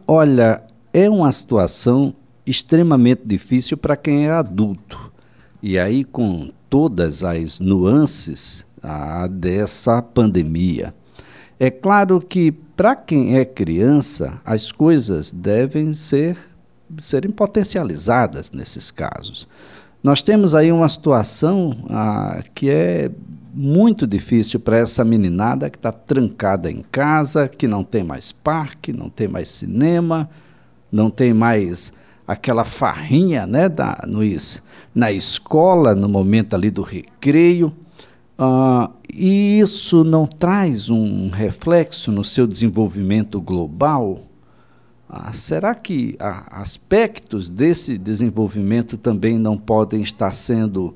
Olha, é uma situação extremamente difícil para quem é adulto. E aí, com todas as nuances dessa pandemia. É claro que, para quem é criança, as coisas devem serem potencializadas nesses casos. Nós temos aí uma situação que é muito difícil para essa meninada que está trancada em casa, que não tem mais parque, não tem mais cinema, não tem mais aquela farrinha, né, na escola, no momento ali do recreio. E isso não traz um reflexo no seu desenvolvimento global? Será que aspectos desse desenvolvimento também não podem estar sendo,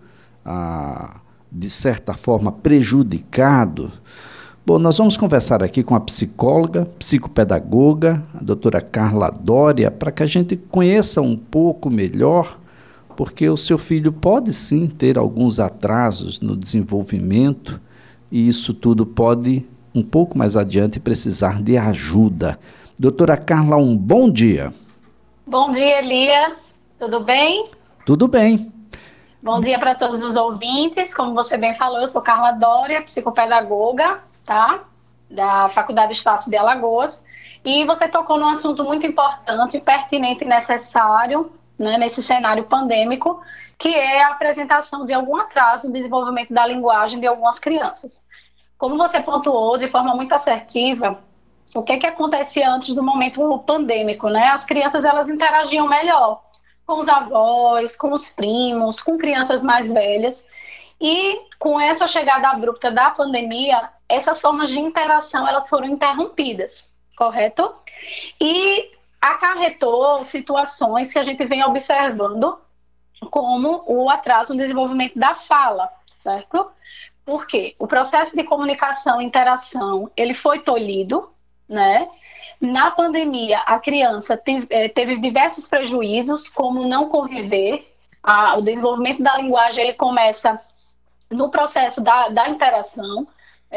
de certa forma, prejudicados? Bom, nós vamos conversar aqui com a psicóloga, psicopedagoga, a doutora Carla Dória, para que a gente conheça um pouco melhor, porque o seu filho pode sim ter alguns atrasos no desenvolvimento e isso tudo pode, um pouco mais adiante, precisar de ajuda. Doutora Carla, um bom dia. Bom dia, Elias. Tudo bem? Tudo bem. Bom dia para todos os ouvintes. Como você bem falou, eu sou Carla Dória, psicopedagoga, tá? Da Faculdade Estácio de Alagoas. E você tocou num assunto muito importante, pertinente e necessário, né, nesse cenário pandêmico, que é a apresentação de algum atraso no desenvolvimento da linguagem de algumas crianças. Como você pontuou de forma muito assertiva, o que acontecia antes do momento pandêmico, né? As crianças, elas interagiam melhor com os avós, com os primos, com crianças mais velhas. E com essa chegada abrupta da pandemia, essas formas de interação, elas foram interrompidas, correto? E acarretou situações que a gente vem observando como o atraso no desenvolvimento da fala, certo? Por quê? O processo de comunicação e interação, ele foi tolhido, né? Na pandemia, a criança teve diversos prejuízos, como não conviver. O desenvolvimento da linguagem, ele começa no processo da interação.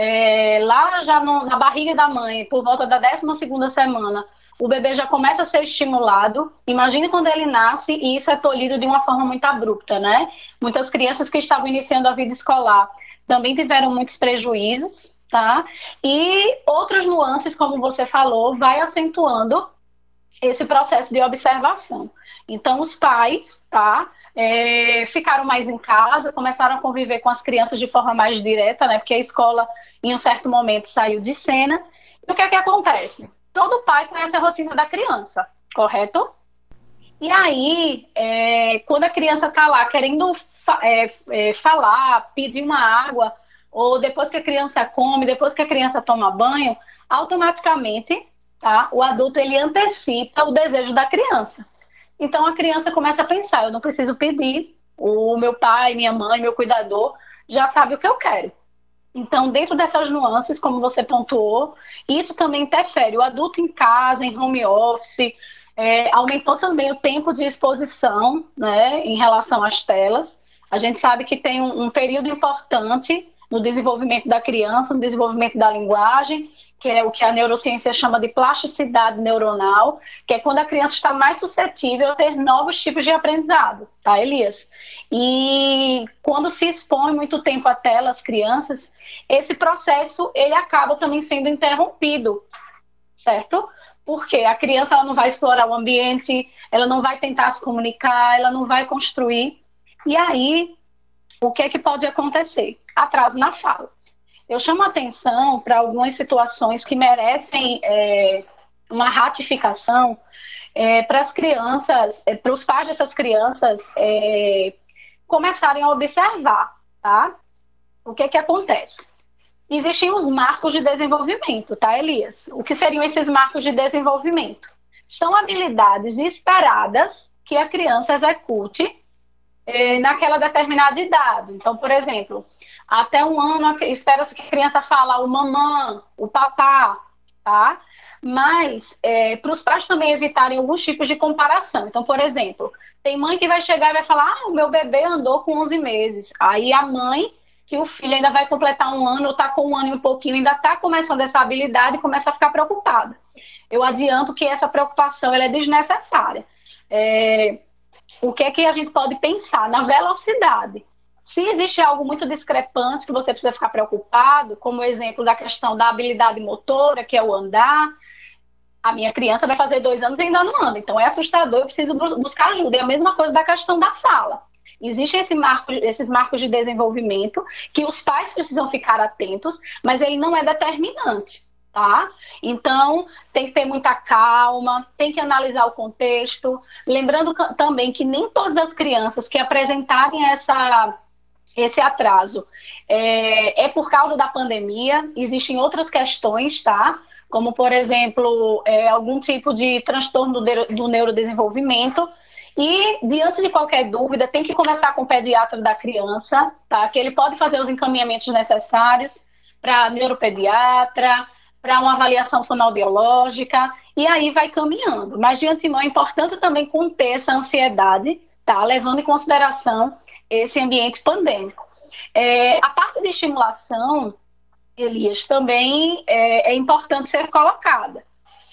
Lá já na barriga da mãe, por volta da 12ª semana, o bebê já começa a ser estimulado. Imagine quando ele nasce e isso é tolhido de uma forma muito abrupta, né? Muitas crianças que estavam iniciando a vida escolar também tiveram muitos prejuízos, tá? E outras nuances, como você falou, vai acentuando esse processo de observação. Então, os pais, tá, ficaram mais em casa, começaram a conviver com as crianças de forma mais direta, né? Porque a escola, em um certo momento, saiu de cena. E o que acontece? Todo pai conhece a rotina da criança, correto? E aí, quando a criança está lá querendo falar, pedir uma água, ou depois que a criança come, depois que a criança toma banho, automaticamente, tá, o adulto ele antecipa o desejo da criança. Então a criança começa a pensar, eu não preciso pedir, o meu pai, minha mãe, meu cuidador já sabe o que eu quero. Então, dentro dessas nuances, como você pontuou, isso também interfere. O adulto em casa, em home office, aumentou também o tempo de exposição, né, em relação às telas. A gente sabe que tem um período importante no desenvolvimento da criança, no desenvolvimento da linguagem, que é o que a neurociência chama de plasticidade neuronal, que é quando a criança está mais suscetível a ter novos tipos de aprendizado, tá, Elias? E quando se expõe muito tempo à tela as crianças, esse processo ele acaba também sendo interrompido, certo? Porque a criança ela não vai explorar o ambiente, ela não vai tentar se comunicar, ela não vai construir. E aí, o que pode acontecer? Atraso na fala. Eu chamo a atenção para algumas situações que merecem uma ratificação para as crianças, para os pais dessas crianças começarem a observar, tá? O que acontece? Existem os marcos de desenvolvimento, tá, Elias? O que seriam esses marcos de desenvolvimento? São habilidades esperadas que a criança execute naquela determinada idade. Então, por exemplo, até 1 ano espera-se que a criança fale o mamã, o papá, tá? Mas para os pais também evitarem alguns tipos de comparação. Então, por exemplo, tem mãe que vai chegar e vai falar, o meu bebê andou com 11 meses. Aí a mãe, que o filho ainda vai completar 1 ano, ou está com 1 ano e um pouquinho, ainda está começando essa habilidade e começa a ficar preocupada. eu adianto que essa preocupação ela é desnecessária. O que é que a gente pode pensar? Na velocidade. Se existe algo muito discrepante que você precisa ficar preocupado, como o exemplo da questão da habilidade motora, que é o andar, a minha criança vai fazer 2 anos e ainda não anda, então é assustador, eu preciso buscar ajuda. É a mesma coisa da questão da fala. Existem esses marcos de desenvolvimento que os pais precisam ficar atentos, mas ele não é determinante, tá? Então, tem que ter muita calma, tem que analisar o contexto, lembrando também que nem todas as crianças que apresentarem esse atraso é por causa da pandemia, existem outras questões, tá? Como, por exemplo, algum tipo de transtorno do neurodesenvolvimento. E, diante de qualquer dúvida, tem que conversar com o pediatra da criança, tá? Que ele pode fazer os encaminhamentos necessários para neuropediatra, para uma avaliação fonoaudiológica, e aí vai caminhando. Mas, de antemão, é importante também conter essa ansiedade, tá? Levando em consideração esse ambiente pandêmico. A parte de estimulação, Elias, também é importante ser colocada.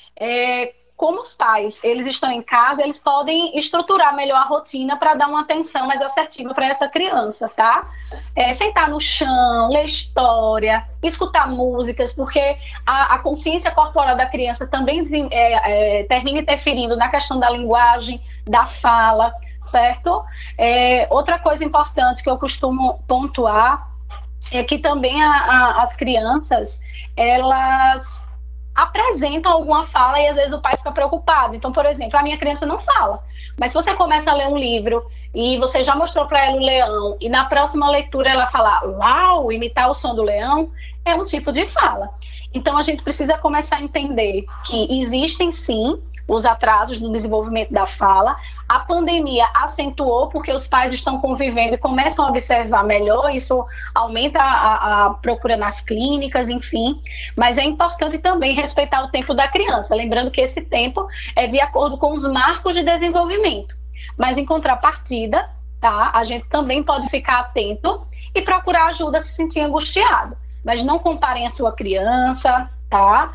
Como os pais, eles estão em casa, eles podem estruturar melhor a rotina para dar uma atenção mais assertiva para essa criança, tá? Sentar no chão, ler história, escutar músicas, porque a consciência corporal da criança também termina interferindo na questão da linguagem, da fala, certo? Outra coisa importante que eu costumo pontuar é que também as crianças, elas apresentam alguma fala e às vezes o pai fica preocupado. Então, por exemplo, a minha criança não fala, mas se você começa a ler um livro e você já mostrou para ela o leão e na próxima leitura ela falar uau, imitar o som do leão, é um tipo de fala. Então, a gente precisa começar a entender que existem sim os atrasos no desenvolvimento da fala. A pandemia acentuou porque os pais estão convivendo e começam a observar melhor, isso aumenta a procura nas clínicas, enfim, mas é importante também respeitar o tempo da criança, lembrando que esse tempo é de acordo com os marcos de desenvolvimento, mas em contrapartida, tá, a gente também pode ficar atento e procurar ajuda se sentir angustiado, mas não comparem a sua criança, tá?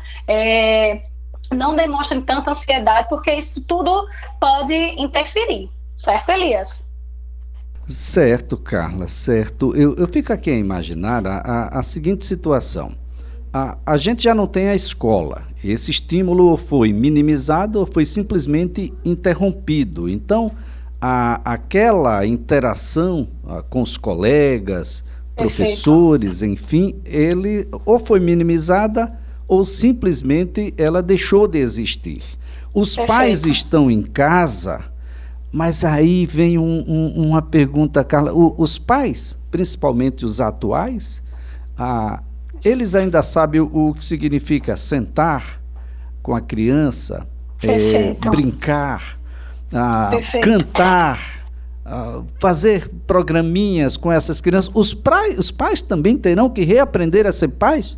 Não demonstrem tanta ansiedade, porque isso tudo pode interferir, certo, Elias? Certo, Carla, certo. Eu fico aqui a imaginar a seguinte situação. A gente já não tem a escola. Esse estímulo foi minimizado ou foi simplesmente interrompido. Então, aquela interação com os colegas, professores, enfim, ele ou foi minimizada ou simplesmente ela deixou de existir. Os pais estão em casa, mas aí vem uma pergunta, Carla. Os pais, principalmente os atuais, eles ainda sabem o que significa sentar com a criança, brincar, cantar, fazer programinhas com essas crianças. Os pais também terão que reaprender a ser pais?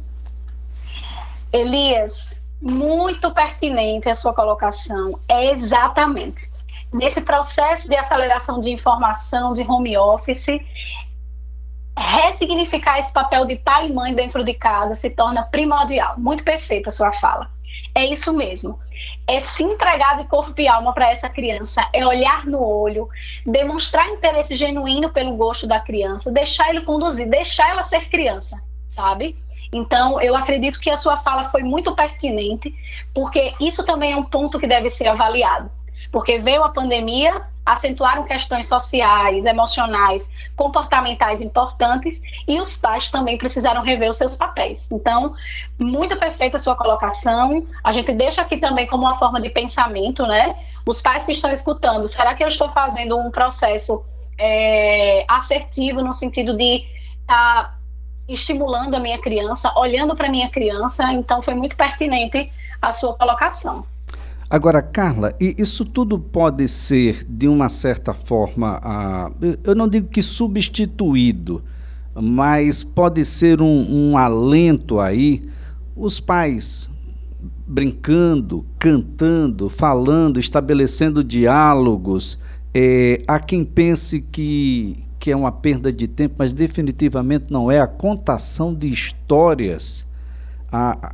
Elias, muito pertinente a sua colocação. É exatamente nesse processo de aceleração de informação, de home office, ressignificar esse papel de pai e mãe dentro de casa se torna primordial. Muito perfeita a sua fala. É isso mesmo. É se entregar de corpo e alma para essa criança, é olhar no olho, demonstrar interesse genuíno pelo gosto da criança, deixar ele conduzir, deixar ela ser criança, sabe? Então, eu acredito que a sua fala foi muito pertinente, porque isso também é um ponto que deve ser avaliado. Porque veio a pandemia, acentuaram questões sociais, emocionais, comportamentais importantes, e os pais também precisaram rever os seus papéis. Então, muito perfeita a sua colocação. A gente deixa aqui também como uma forma de pensamento, né? Os pais que estão escutando, será que eu estou fazendo um processo assertivo no sentido de estar estimulando a minha criança, olhando para a minha criança? Então, foi muito pertinente a sua colocação. Agora, Carla, isso tudo pode ser, de uma certa forma, eu não digo que substituído, mas pode ser um alento aí, os pais brincando, cantando, falando, estabelecendo diálogos. Há quem pense que é uma perda de tempo, mas definitivamente não é. A contação de histórias,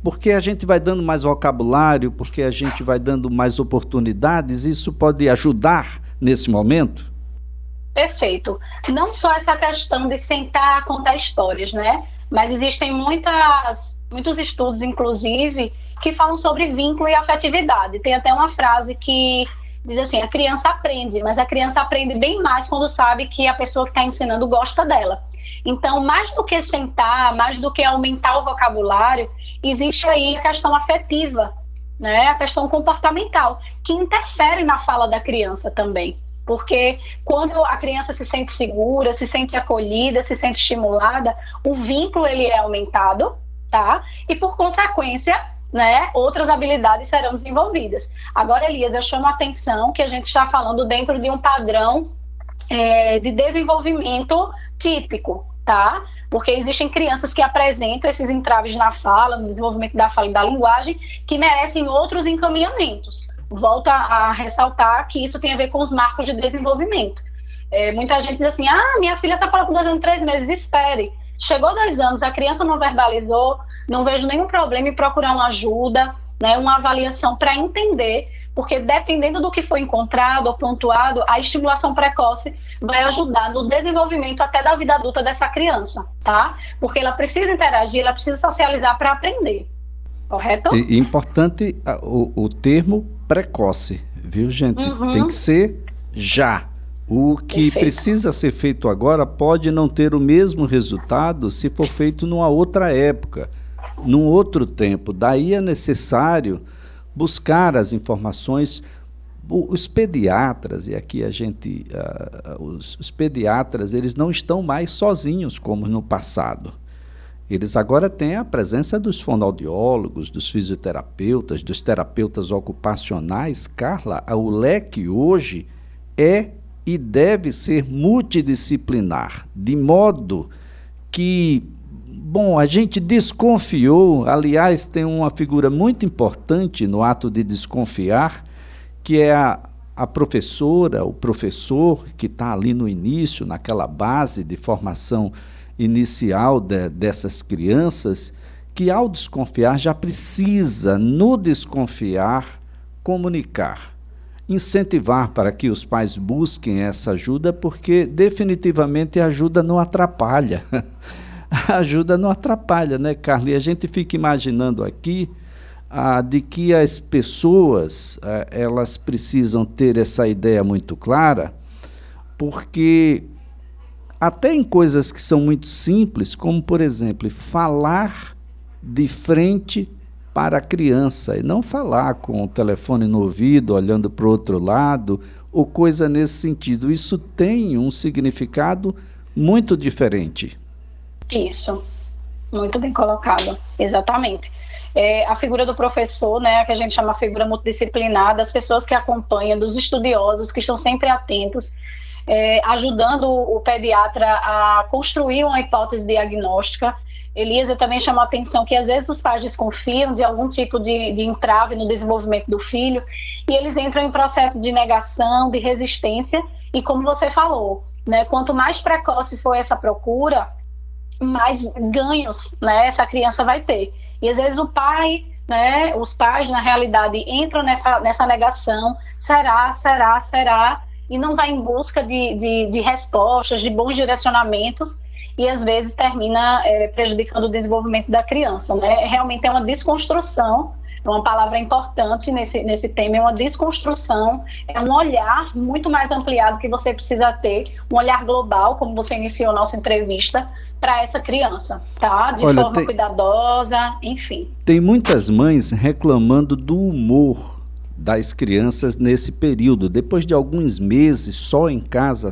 porque a gente vai dando mais vocabulário, porque a gente vai dando mais oportunidades, isso pode ajudar nesse momento? Perfeito. Não só essa questão de sentar, contar histórias, né? Mas existem muitos estudos, inclusive, que falam sobre vínculo e afetividade. Tem até uma frase que diz assim: a criança aprende, mas a criança aprende bem mais quando sabe que a pessoa que está ensinando gosta dela. Então, mais do que sentar, mais do que aumentar o vocabulário, existe aí a questão afetiva, né? A questão comportamental, que interfere na fala da criança também. Porque quando a criança se sente segura, se sente acolhida, se sente estimulada, o vínculo ele é aumentado, tá? E por consequência, né, outras habilidades serão desenvolvidas. Agora, Elias, eu chamo a atenção que a gente está falando dentro de um padrão de desenvolvimento típico, tá? Porque existem crianças que apresentam esses entraves na fala, no desenvolvimento da fala e da linguagem, que merecem outros encaminhamentos. Volto a ressaltar que isso tem a ver com os marcos de desenvolvimento. Muita gente diz assim: minha filha só fala com 2 anos, 3 meses, espere. Chegou 2 anos, a criança não verbalizou, não vejo nenhum problema em procurar uma ajuda, né, uma avaliação para entender, porque dependendo do que foi encontrado ou pontuado, a estimulação precoce vai ajudar no desenvolvimento até da vida adulta dessa criança, tá? Porque ela precisa interagir, ela precisa socializar para aprender. Correto? E importante o termo precoce, viu, gente? Tem que ser já. O que precisa ser feito agora pode não ter o mesmo resultado se for feito numa outra época, num outro tempo. Daí é necessário buscar as informações. Os pediatras, e aqui a gente, os pediatras, eles não estão mais sozinhos como no passado. Eles agora têm a presença dos fonoaudiólogos, dos fisioterapeutas, dos terapeutas ocupacionais. Carla, o leque hoje é e deve ser multidisciplinar, de modo que, bom, a gente desconfiou, aliás, tem uma figura muito importante no ato de desconfiar, que é a professora, o professor que está ali no início, naquela base de formação inicial dessas crianças, que ao desconfiar já precisa, no desconfiar, comunicar, incentivar para que os pais busquem essa ajuda, porque definitivamente a ajuda não atrapalha. A ajuda não atrapalha, né, Carla? E a gente fica imaginando aqui de que as pessoas elas precisam ter essa ideia muito clara, porque até em coisas que são muito simples, como, por exemplo, falar de frente para a criança e não falar com o telefone no ouvido, olhando para o outro lado, ou coisa nesse sentido. Isso tem um significado muito diferente. Isso, muito bem colocado, exatamente. A figura do professor, né, que a gente chama a figura multidisciplinar, das pessoas que acompanham, dos estudiosos que estão sempre atentos, ajudando o pediatra a construir uma hipótese diagnóstica. Elias, eu também chamo a atenção que às vezes os pais desconfiam de algum tipo de entrave no desenvolvimento do filho e eles entram em processo de negação, de resistência, e como você falou, né, quanto mais precoce for essa procura, mais ganhos, né, essa criança vai ter. E às vezes o pai, né, os pais na realidade entram nessa negação, será, e não vai em busca de respostas, de bons direcionamentos, e às vezes termina prejudicando o desenvolvimento da criança, né? Realmente é uma desconstrução, é uma palavra importante nesse tema, é uma desconstrução, é um olhar muito mais ampliado que você precisa ter, um olhar global, como você iniciou a nossa entrevista, para essa criança, tá? De forma cuidadosa, enfim. Tem muitas mães reclamando do humor das crianças nesse período, depois de alguns meses só em casa,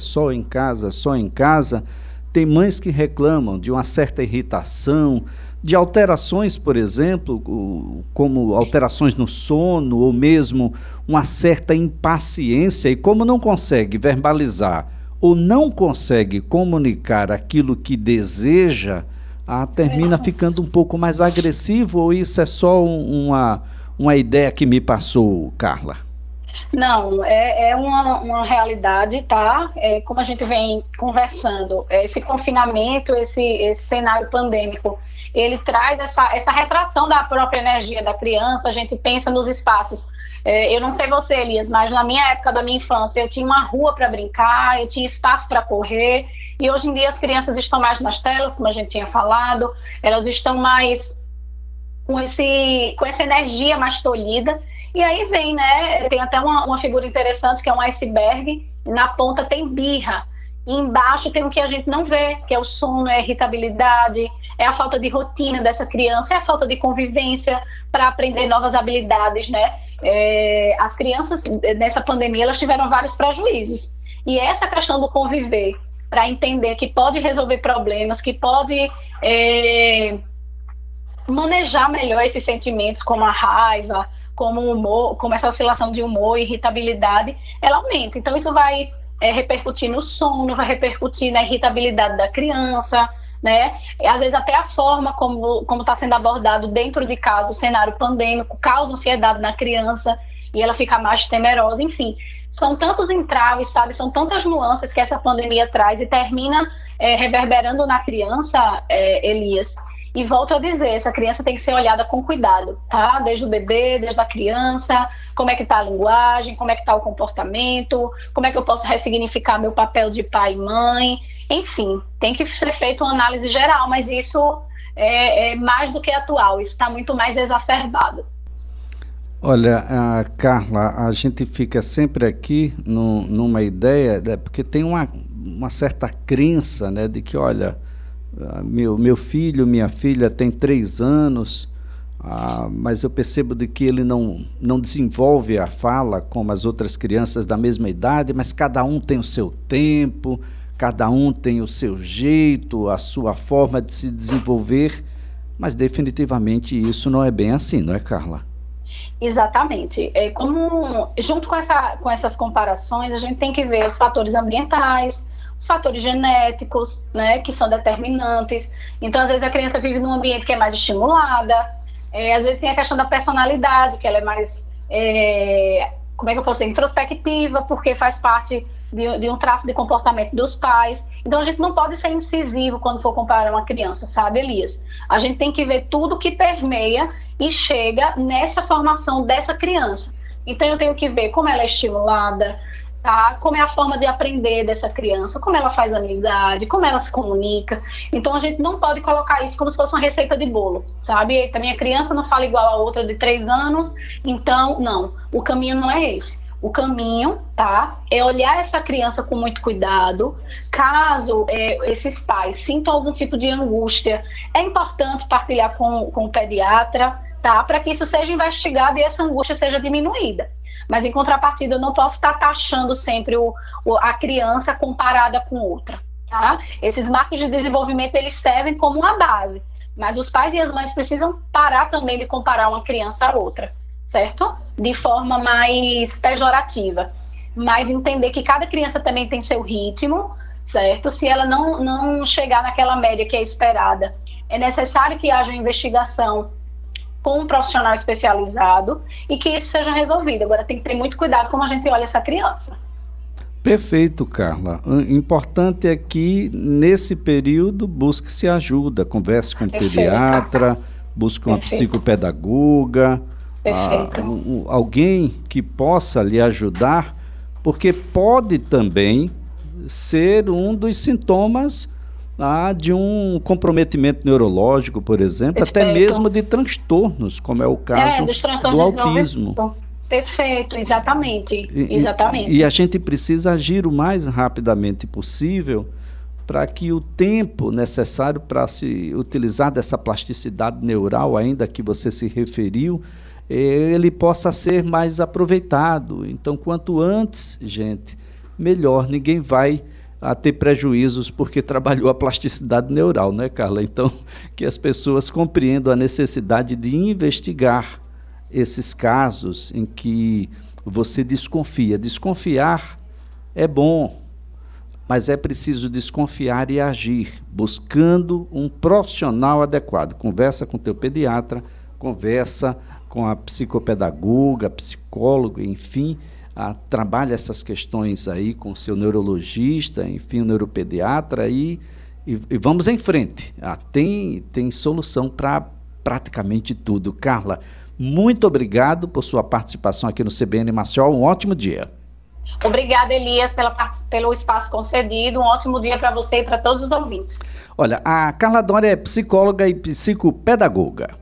tem mães que reclamam de uma certa irritação, de alterações, por exemplo, como alterações no sono, ou mesmo uma certa impaciência, e como não consegue verbalizar ou não consegue comunicar aquilo que deseja, termina ficando um pouco mais agressivo, ou isso é só uma ideia que me passou, Carla? Não, é uma realidade, tá? Como a gente vem conversando, esse confinamento, esse cenário pandêmico, ele traz essa retração da própria energia da criança. A gente pensa nos espaços. Eu não sei você, Elias, mas na minha época da minha infância, eu tinha uma rua para brincar, eu tinha espaço para correr, e hoje em dia as crianças estão mais nas telas, como a gente tinha falado, elas estão mais com essa energia mais tolhida. E aí vem, né? Tem até uma figura interessante que é um iceberg. Na ponta tem birra. E embaixo tem o que a gente não vê, que é o sono, é a irritabilidade, é a falta de rotina dessa criança, é a falta de convivência para aprender novas habilidades, né? As crianças, nessa pandemia, elas tiveram vários prejuízos. E essa questão do conviver, para entender que pode resolver problemas, que pode manejar melhor esses sentimentos, como a raiva, como o humor, como essa oscilação de humor e irritabilidade, ela aumenta. Então, isso vai repercutir no sono, vai repercutir na irritabilidade da criança, né? E, às vezes, até a forma como está sendo abordado dentro de casa o cenário pandêmico causa ansiedade na criança e ela fica mais temerosa. Enfim, são tantos entraves, sabe? São tantas nuances que essa pandemia traz e termina reverberando na criança, Elias. E volto a dizer, essa criança tem que ser olhada com cuidado, tá? Desde o bebê, desde a criança, como é que está a linguagem, como é que está o comportamento, como é que eu posso ressignificar meu papel de pai e mãe, enfim, tem que ser feita uma análise geral, mas isso é mais do que atual, isso está muito mais exacerbado. Olha, Carla, a gente fica sempre aqui numa ideia, porque tem uma certa crença, né, de que, olha, meu filho, minha filha tem 3 anos, mas eu percebo de que ele não desenvolve a fala como as outras crianças da mesma idade, mas cada um tem o seu tempo, cada um tem o seu jeito, a sua forma de se desenvolver, mas definitivamente isso não é bem assim, não é, Carla? Exatamente. Junto com essas comparações, a gente tem que ver os fatores ambientais, os fatores genéticos, né, que são determinantes. Então, às vezes, a criança vive num ambiente que é mais estimulada, às vezes tem a questão da personalidade, que ela é mais, como é que eu posso dizer, introspectiva, porque faz parte de um traço de comportamento dos pais. Então, a gente não pode ser incisivo quando for comparar uma criança, sabe, Elias? A gente tem que ver tudo que permeia e chega nessa formação dessa criança. Então, eu tenho que ver como ela é estimulada, tá? Como é a forma de aprender dessa criança, como ela faz amizade, como ela se comunica. Então, a gente não pode colocar isso como se fosse uma receita de bolo, sabe? Eita, minha criança não fala igual a outra de 3 anos, então, não. O caminho não é esse. O caminho, tá? É olhar essa criança com muito cuidado. Caso esses pais sintam algum tipo de angústia, é importante partilhar com o pediatra, tá? Para que isso seja investigado e essa angústia seja diminuída. Mas, em contrapartida, eu não posso estar taxando sempre a criança comparada com outra, tá? Esses marcos de desenvolvimento, eles servem como uma base, mas os pais e as mães precisam parar também de comparar uma criança a outra, certo? De forma mais pejorativa, mas entender que cada criança também tem seu ritmo, certo? Se ela não chegar naquela média que é esperada, é necessário que haja uma investigação com um profissional especializado e que isso seja resolvido. Agora, tem que ter muito cuidado como a gente olha essa criança. Perfeito, Carla. O importante é que, nesse período, busque-se ajuda, converse com o pediatra, busque uma psicopedagoga, alguém que possa lhe ajudar, porque pode também ser um dos sintomas de um comprometimento neurológico, por exemplo, até mesmo de transtornos, como é o caso do autismo. Perfeito, exatamente. E a gente precisa agir o mais rapidamente possível para que o tempo necessário para se utilizar dessa plasticidade neural, ainda que você se referiu, ele possa ser mais aproveitado. Então, quanto antes, gente, melhor. Ninguém vai ter prejuízos porque trabalhou a plasticidade neural, né, Carla? Então, que as pessoas compreendam a necessidade de investigar esses casos em que você desconfia. Desconfiar é bom, mas é preciso desconfiar e agir, buscando um profissional adequado. Conversa com o teu pediatra, conversa com a psicopedagoga, psicólogo, enfim, trabalha essas questões aí com o seu neurologista, enfim, o neuropediatra, e vamos em frente. Tem solução para praticamente tudo. Carla, muito obrigado por sua participação aqui no CBN Maceió. Um ótimo dia. Obrigada, Elias, pelo espaço concedido. Um ótimo dia para você e para todos os ouvintes. Olha, a Carla Doria é psicóloga e psicopedagoga.